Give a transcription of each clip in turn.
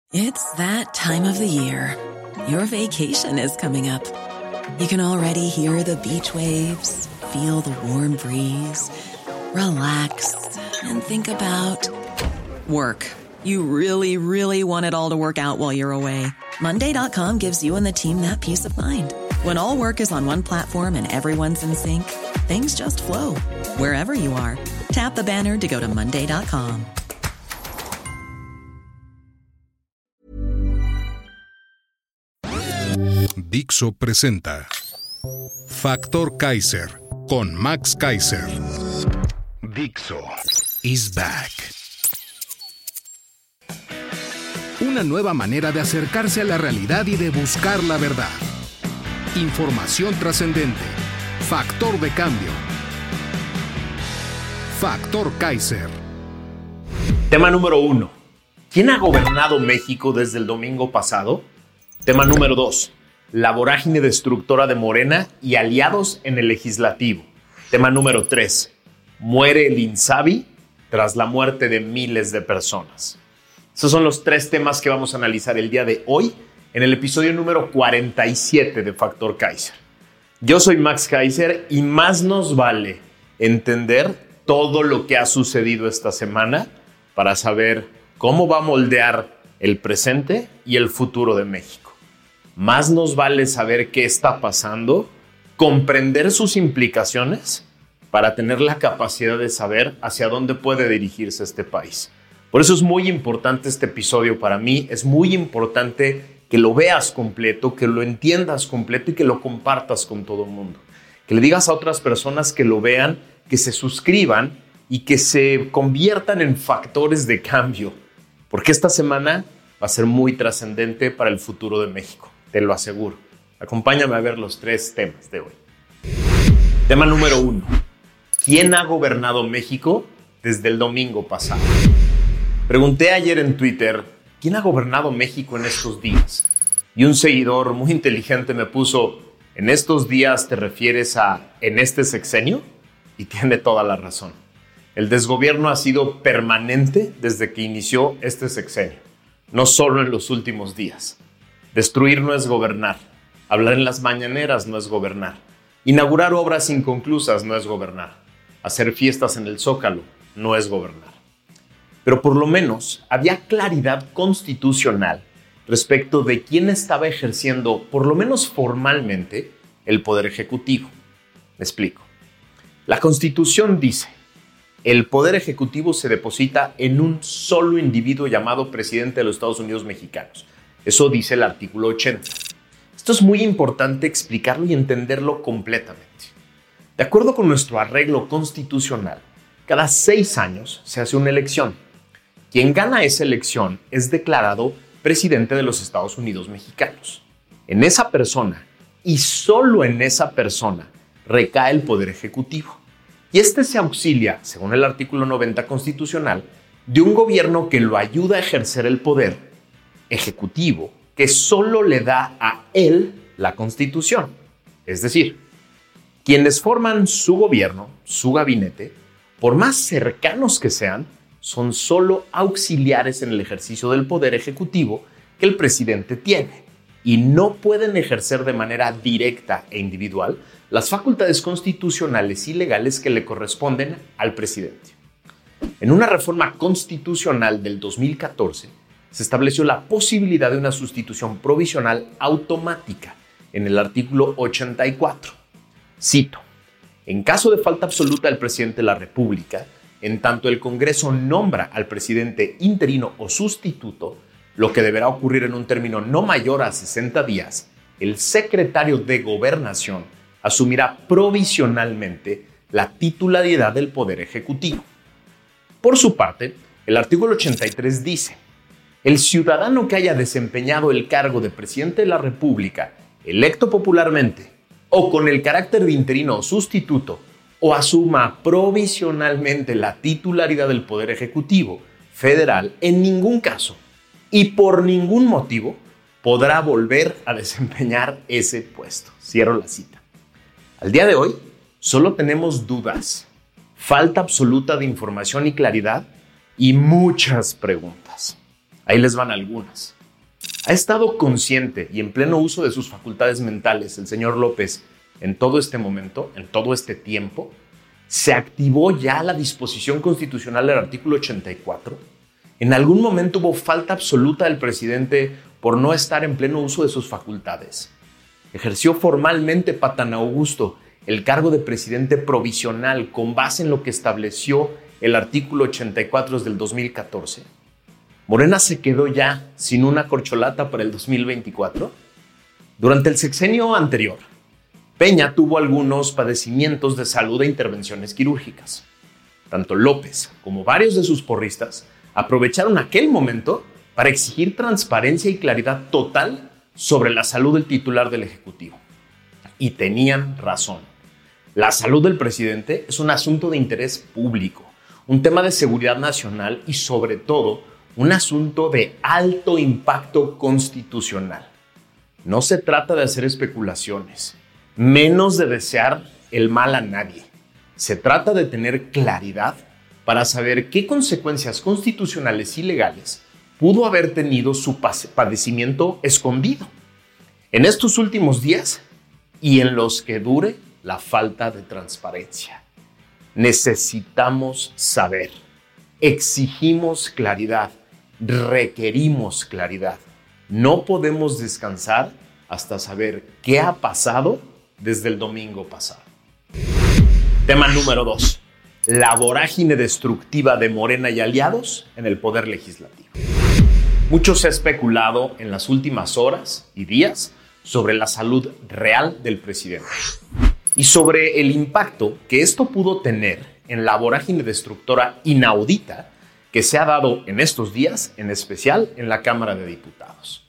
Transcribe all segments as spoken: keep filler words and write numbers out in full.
It's that time of the year. Your vacation is coming up. You can already hear the beach waves, feel the warm breeze, relax, and think about work. You really, really want it all to work out while you're away. Monday dot com gives you and the team that peace of mind. When all work is on one platform and everyone's in sync, things just flow. Wherever you are, tap the banner to go to Monday dot com. Dixo presenta Factor Kaiser con Max Kaiser. Dixo is back. Una nueva manera de acercarse a la realidad y de buscar la verdad. Información trascendente. Factor de cambio. Factor Kaiser. Tema número uno. ¿Quién ha gobernado México desde el domingo pasado? Tema número dos. La vorágine destructora de Morena y aliados en el legislativo. Tema número tres. Muere el INSABI tras la muerte de miles de personas. Esos son los tres temas que vamos a analizar el día de hoy en el episodio número cuarenta y siete de Factor Kaiser. Yo soy Max Kaiser y más nos vale entender todo lo que ha sucedido esta semana para saber cómo va a moldear el presente y el futuro de México. Más nos vale saber qué está pasando, comprender sus implicaciones para tener la capacidad de saber hacia dónde puede dirigirse este país. Por eso es muy importante este episodio para mí, es muy importante que lo veas completo, que lo entiendas completo y que lo compartas con todo el mundo. Que le digas a otras personas que lo vean, que se suscriban y que se conviertan en factores de cambio. Porque esta semana va a ser muy trascendente para el futuro de México, te lo aseguro. Acompáñame a ver los tres temas de hoy. Tema número uno. ¿Quién ha gobernado México desde el domingo pasado? Pregunté ayer en Twitter, ¿quién ha gobernado México en estos días? Y un seguidor muy inteligente me puso, ¿en estos días te refieres a en este sexenio? Y tiene toda la razón. El desgobierno ha sido permanente desde que inició este sexenio, no solo en los últimos días. Destruir no es gobernar, hablar en las mañaneras no es gobernar, inaugurar obras inconclusas no es gobernar, hacer fiestas en el Zócalo no es gobernar. Pero por lo menos había claridad constitucional respecto de quién estaba ejerciendo, por lo menos formalmente, el poder ejecutivo. Me explico. La Constitución dice, el poder ejecutivo se deposita en un solo individuo llamado presidente de los Estados Unidos mexicanos. Eso dice el artículo ochenta. Esto es muy importante explicarlo y entenderlo completamente. De acuerdo con nuestro arreglo constitucional, cada seis años se hace una elección. Quien gana esa elección es declarado presidente de los Estados Unidos mexicanos. En esa persona, y solo en esa persona, recae el poder ejecutivo. Y este se auxilia, según el artículo noventa constitucional, de un gobierno que lo ayuda a ejercer el poder ejecutivo que solo le da a él la Constitución. Es decir, quienes forman su gobierno, su gabinete, por más cercanos que sean, son solo auxiliares en el ejercicio del poder ejecutivo que el presidente tiene y no pueden ejercer de manera directa e individual las facultades constitucionales y legales que le corresponden al presidente. En una reforma constitucional del dos mil catorce se estableció la posibilidad de una sustitución provisional automática en el artículo ochenta y cuatro. Cito: en caso de falta absoluta del presidente de la República, en tanto el Congreso nombra al presidente interino o sustituto, lo que deberá ocurrir en un término no mayor a sesenta días, el secretario de Gobernación asumirá provisionalmente la titularidad del Poder Ejecutivo. Por su parte, el artículo ochenta y tres dice: el ciudadano que haya desempeñado el cargo de presidente de la República, electo popularmente, o con el carácter de interino o sustituto, o asuma provisionalmente la titularidad del Poder Ejecutivo federal, en ningún caso y por ningún motivo podrá volver a desempeñar ese puesto. Cierro la cita. Al día de hoy, solo tenemos dudas, falta absoluta de información y claridad y muchas preguntas. Ahí les van algunas. ¿Ha estado consciente y en pleno uso de sus facultades mentales el señor López en todo este momento, en todo este tiempo? ¿Se activó ya la disposición constitucional del artículo ochenta y cuatro? ¿En algún momento hubo falta absoluta del presidente por no estar en pleno uso de sus facultades? ¿Ejerció formalmente Patán Augusto el cargo de presidente provisional con base en lo que estableció el artículo ochenta y cuatro del dos mil catorce? ¿Morena se quedó ya sin una corcholata para el dos mil veinticuatro? Durante el sexenio anterior, Peña tuvo algunos padecimientos de salud e intervenciones quirúrgicas. Tanto López como varios de sus porristas aprovecharon aquel momento para exigir transparencia y claridad total sobre la salud del titular del Ejecutivo. Y tenían razón. La salud del presidente es un asunto de interés público, un tema de seguridad nacional y, sobre todo, un asunto de alto impacto constitucional. No se trata de hacer especulaciones, menos de desear el mal a nadie. Se trata de tener claridad para saber qué consecuencias constitucionales y legales pudo haber tenido su padecimiento escondido en estos últimos días y en los que dure la falta de transparencia. Necesitamos saber, exigimos claridad, requerimos claridad. No podemos descansar hasta saber qué ha pasado desde el domingo pasado. Tema número dos. La vorágine destructiva de Morena y aliados en el poder legislativo. Mucho se ha especulado en las últimas horas y días sobre la salud real del presidente y sobre el impacto que esto pudo tener en la vorágine destructora inaudita que se ha dado en estos días, en especial en la Cámara de Diputados.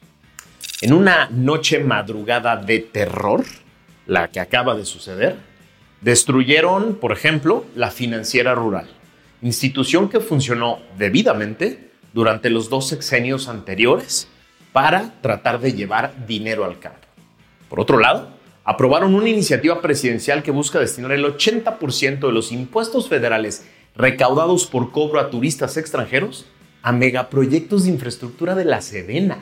En una noche madrugada de terror, la que acaba de suceder, destruyeron, por ejemplo, la Financiera Rural, institución que funcionó debidamente durante los dos sexenios anteriores para tratar de llevar dinero al campo. Por otro lado, aprobaron una iniciativa presidencial que busca destinar el ochenta por ciento de los impuestos federales recaudados por cobro a turistas extranjeros a megaproyectos de infraestructura de la Sedena.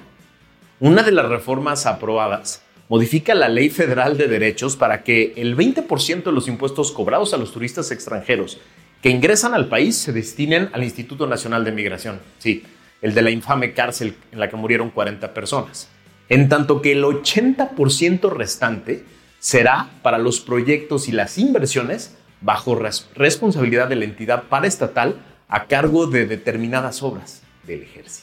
Una de las reformas aprobadas modifica la Ley Federal de Derechos para que el veinte por ciento de los impuestos cobrados a los turistas extranjeros que ingresan al país se destinen al Instituto Nacional de Migración. Sí, el de la infame cárcel en la que murieron cuarenta personas. En tanto que el ochenta por ciento restante será para los proyectos y las inversiones bajo res- responsabilidad de la entidad paraestatal a cargo de determinadas obras del ejército.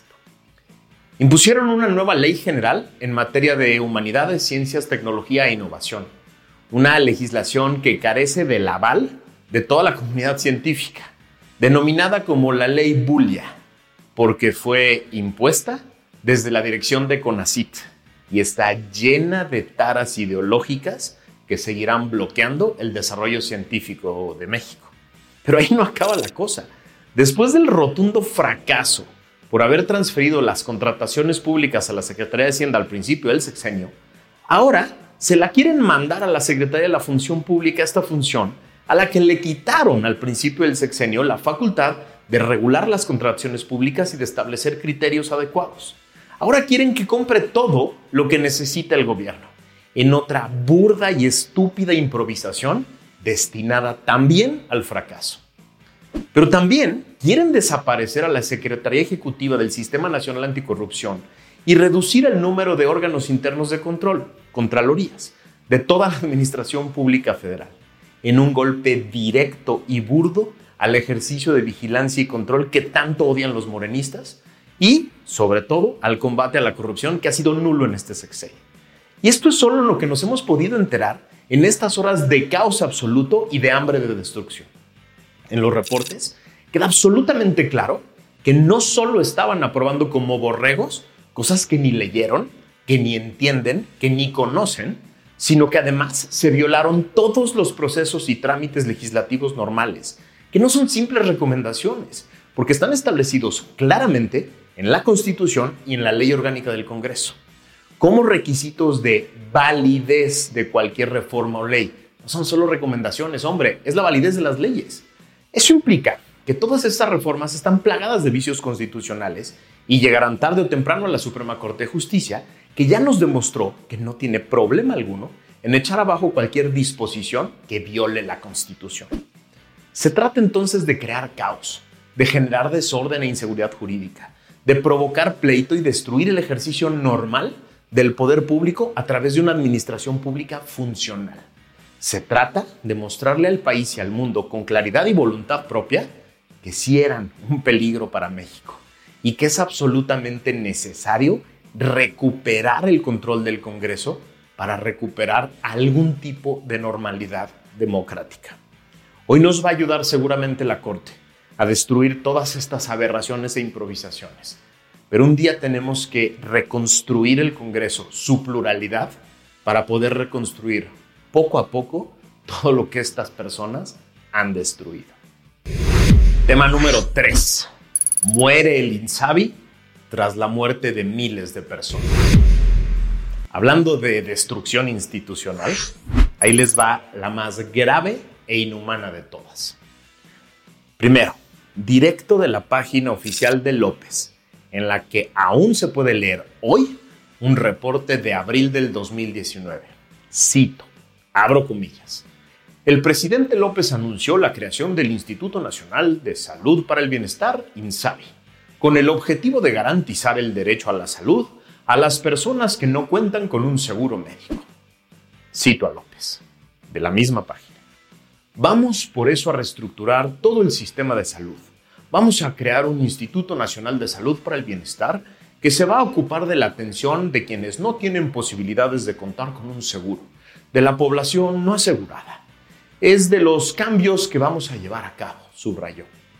Impusieron una nueva ley general en materia de humanidades, ciencias, tecnología e innovación. Una legislación que carece del aval de toda la comunidad científica, denominada como la Ley Bulia, porque fue impuesta desde la dirección de CONACYT y está llena de taras ideológicas que seguirán bloqueando el desarrollo científico de México. Pero ahí no acaba la cosa. Después del rotundo fracaso por haber transferido las contrataciones públicas a la Secretaría de Hacienda al principio del sexenio, ahora se la quieren mandar a la Secretaría de la Función Pública, esta función a la que le quitaron al principio del sexenio la facultad de regular las contrataciones públicas y de establecer criterios adecuados. Ahora quieren que compre todo lo que necesita el gobierno, en otra burda y estúpida improvisación destinada también al fracaso. Pero también quieren desaparecer a la Secretaría Ejecutiva del Sistema Nacional Anticorrupción y reducir el número de órganos internos de control, contralorías, de toda la administración pública federal, en un golpe directo y burdo al ejercicio de vigilancia y control que tanto odian los morenistas y, sobre todo, al combate a la corrupción que ha sido nulo en este sexenio. Y esto es solo lo que nos hemos podido enterar en estas horas de caos absoluto y de hambre de destrucción. En los reportes queda absolutamente claro que no solo estaban aprobando como borregos cosas que ni leyeron, que ni entienden, que ni conocen, sino que además se violaron todos los procesos y trámites legislativos normales, que no son simples recomendaciones, porque están establecidos claramente en la Constitución y en la Ley Orgánica del Congreso, como requisitos de validez de cualquier reforma o ley. No son solo recomendaciones, hombre, es la validez de las leyes. Eso implica que todas estas reformas están plagadas de vicios constitucionales y llegarán tarde o temprano a la Suprema Corte de Justicia, que ya nos demostró que no tiene problema alguno en echar abajo cualquier disposición que viole la Constitución. Se trata entonces de crear caos, de generar desorden e inseguridad jurídica, de provocar pleito y destruir el ejercicio normal del poder público a través de una administración pública funcional. Se trata de mostrarle al país y al mundo con claridad y voluntad propia que sí eran un peligro para México y que es absolutamente necesario recuperar el control del Congreso para recuperar algún tipo de normalidad democrática. Hoy nos va a ayudar seguramente la Corte a destruir todas estas aberraciones e improvisaciones. Pero un día tenemos que reconstruir el Congreso, su pluralidad, para poder reconstruir poco a poco todo lo que estas personas han destruido. Tema número tres. Muere el INSABI tras la muerte de miles de personas. Hablando de destrucción institucional, ahí les va la más grave e inhumana de todas. Primero, directo de la página oficial de López, en la que aún se puede leer hoy un reporte de abril del dos mil diecinueve. Cito, abro comillas. El presidente López anunció la creación del Instituto Nacional de Salud para el Bienestar, INSABI, con el objetivo de garantizar el derecho a la salud a las personas que no cuentan con un seguro médico. Cito a López, de la misma página. Vamos por eso a reestructurar todo el sistema de salud. Vamos a crear un Instituto Nacional de Salud para el Bienestar que se va a ocupar de la atención de quienes no tienen posibilidades de contar con un seguro, de la población no asegurada. Es de los cambios que vamos a llevar a cabo, subrayó.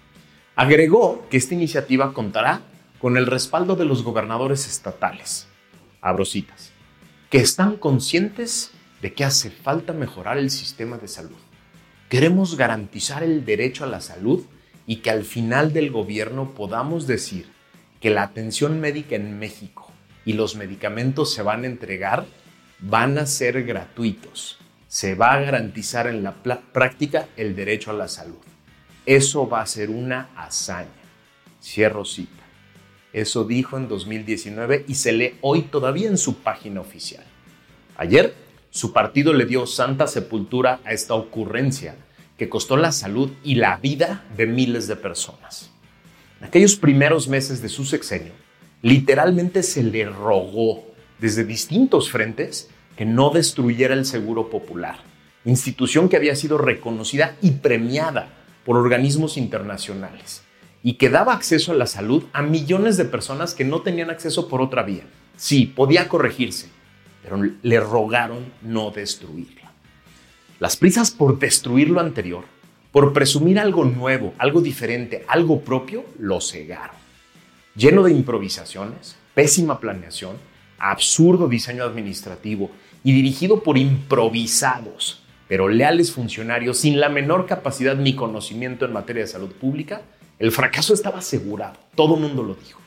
Agregó que esta iniciativa contará con el respaldo de los gobernadores estatales, abro citas, que están conscientes de que hace falta mejorar el sistema de salud. Queremos garantizar el derecho a la salud y que al final del gobierno podamos decir que la atención médica en México y los medicamentos se van a entregar, van a ser gratuitos. Se va a garantizar en la práctica el derecho a la salud. Eso va a ser una hazaña. Cierro cita. Eso dijo en dos mil diecinueve y se lee hoy todavía en su página oficial. Ayer, su partido le dio santa sepultura a esta ocurrencia que costó la salud y la vida de miles de personas. En aquellos primeros meses de su sexenio, literalmente se le rogó desde distintos frentes que no destruyera el Seguro Popular, institución que había sido reconocida y premiada por organismos internacionales y que daba acceso a la salud a millones de personas que no tenían acceso por otra vía. Sí, podía corregirse, pero le rogaron no destruirla. Las prisas por destruir lo anterior, por presumir algo nuevo, algo diferente, algo propio, lo cegaron. Lleno de improvisaciones, pésima planeación, absurdo diseño administrativo y dirigido por improvisados, pero leales funcionarios sin la menor capacidad ni conocimiento en materia de salud pública, el fracaso estaba asegurado. Todo el mundo lo dijo.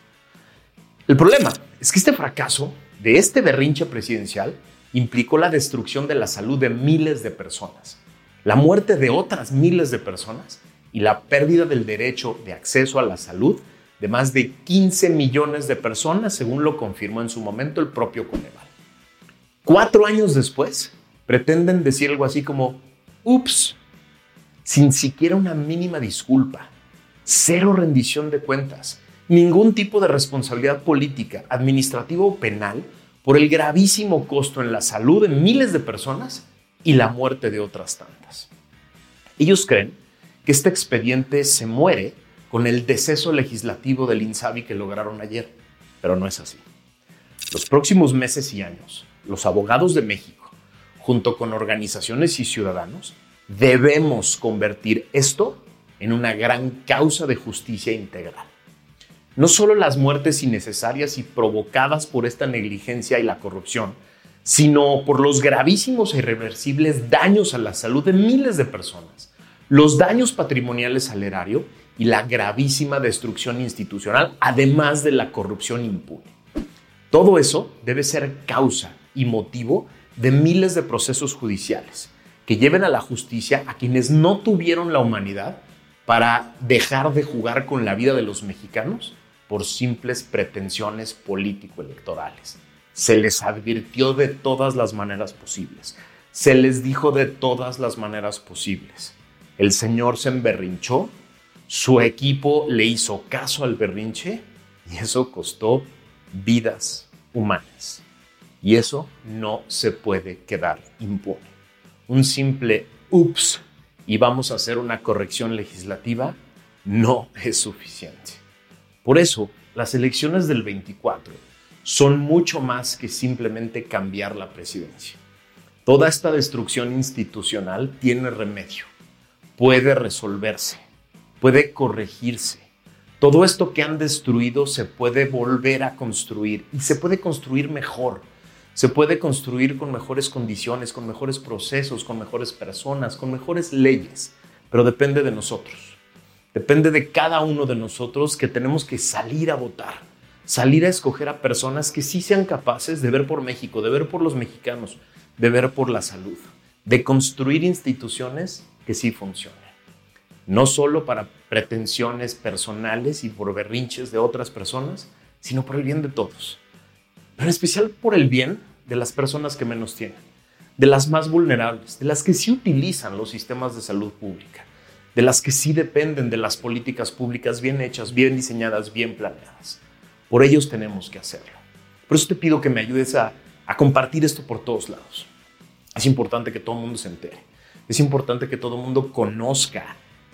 El problema es que este fracaso de este berrinche presidencial implicó la destrucción de la salud de miles de personas, la muerte de otras miles de personas y la pérdida del derecho de acceso a la salud de más de quince millones de personas, según lo confirmó en su momento el propio Coneval. Cuatro años después, pretenden decir algo así como, ups, sin siquiera una mínima disculpa, cero rendición de cuentas, ningún tipo de responsabilidad política, administrativa o penal por el gravísimo costo en la salud de miles de personas y la muerte de otras tantas. Ellos creen que este expediente se muere con el deceso legislativo del INSABI que lograron ayer, pero no es así. Los próximos meses y años, los abogados de México, junto con organizaciones y ciudadanos, debemos convertir esto en una gran causa de justicia integral. No solo las muertes innecesarias y provocadas por esta negligencia y la corrupción, sino por los gravísimos e irreversibles daños a la salud de miles de personas, los daños patrimoniales al erario y la gravísima destrucción institucional, además de la corrupción impune. Todo eso debe ser causa y motivo de miles de procesos judiciales que lleven a la justicia a quienes no tuvieron la humanidad para dejar de jugar con la vida de los mexicanos por simples pretensiones político-electorales. Se les advirtió de todas las maneras posibles. Se les dijo de todas las maneras posibles. El señor se emberrinchó, su equipo le hizo caso al berrinche y eso costó vidas humanas. Y eso no se puede quedar impune. Un simple ups y vamos a hacer una corrección legislativa no es suficiente. Por eso, las elecciones del veinticuatro son mucho más que simplemente cambiar la presidencia. Toda esta destrucción institucional tiene remedio, puede resolverse, puede corregirse. Todo esto que han destruido se puede volver a construir y se puede construir mejor. Se puede construir con mejores condiciones, con mejores procesos, con mejores personas, con mejores leyes, pero depende de nosotros. Depende de cada uno de nosotros que tenemos que salir a votar, salir a escoger a personas que sí sean capaces de ver por México, de ver por los mexicanos, de ver por la salud, de construir instituciones que sí funcionen. No solo para pretensiones personales y por berrinches de otras personas, sino por el bien de todos. Pero en especial por el bien de las personas que menos tienen, de las más vulnerables, de las que sí utilizan los sistemas de salud pública, de las que sí dependen de las políticas públicas bien hechas, bien diseñadas, bien planeadas. Por ellos tenemos que hacerlo. Por eso te pido que me ayudes a, a compartir esto por todos lados. Es importante que todo el mundo se entere. Es importante que todo el mundo conozca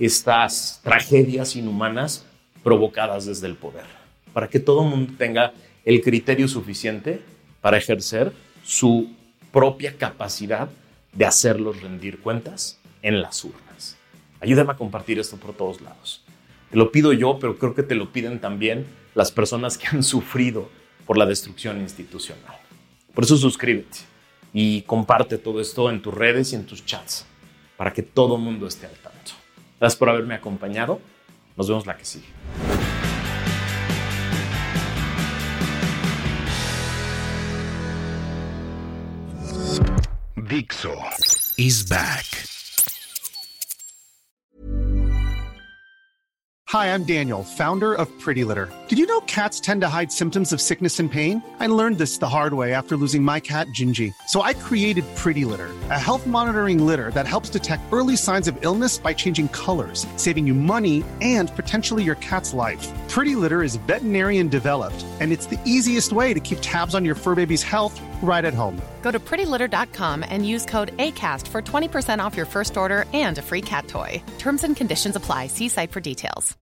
estas tragedias inhumanas provocadas desde el poder, para que todo el mundo tenga el criterio suficiente para ejercer su propia capacidad de hacerlos rendir cuentas en las urnas. Ayúdame a compartir esto por todos lados. Te lo pido yo, pero creo que te lo piden también las personas que han sufrido por la destrucción institucional. Por eso suscríbete y comparte todo esto en tus redes y en tus chats para que todo el mundo esté al tanto. Gracias por haberme acompañado. Nos vemos la que sigue. Dixo is back. Hi, I'm Daniel, founder of Pretty Litter. Did you know cats tend to hide symptoms of sickness and pain? I learned this the hard way after losing my cat, Gingy. So I created Pretty Litter, a health monitoring litter that helps detect early signs of illness by changing colors, saving you money and potentially your cat's life. Pretty Litter is veterinarian developed, and it's the easiest way to keep tabs on your fur baby's health right at home. Go to pretty litter dot com and use code ACAST for twenty percent off your first order and a free cat toy. Terms and conditions apply. See site for details.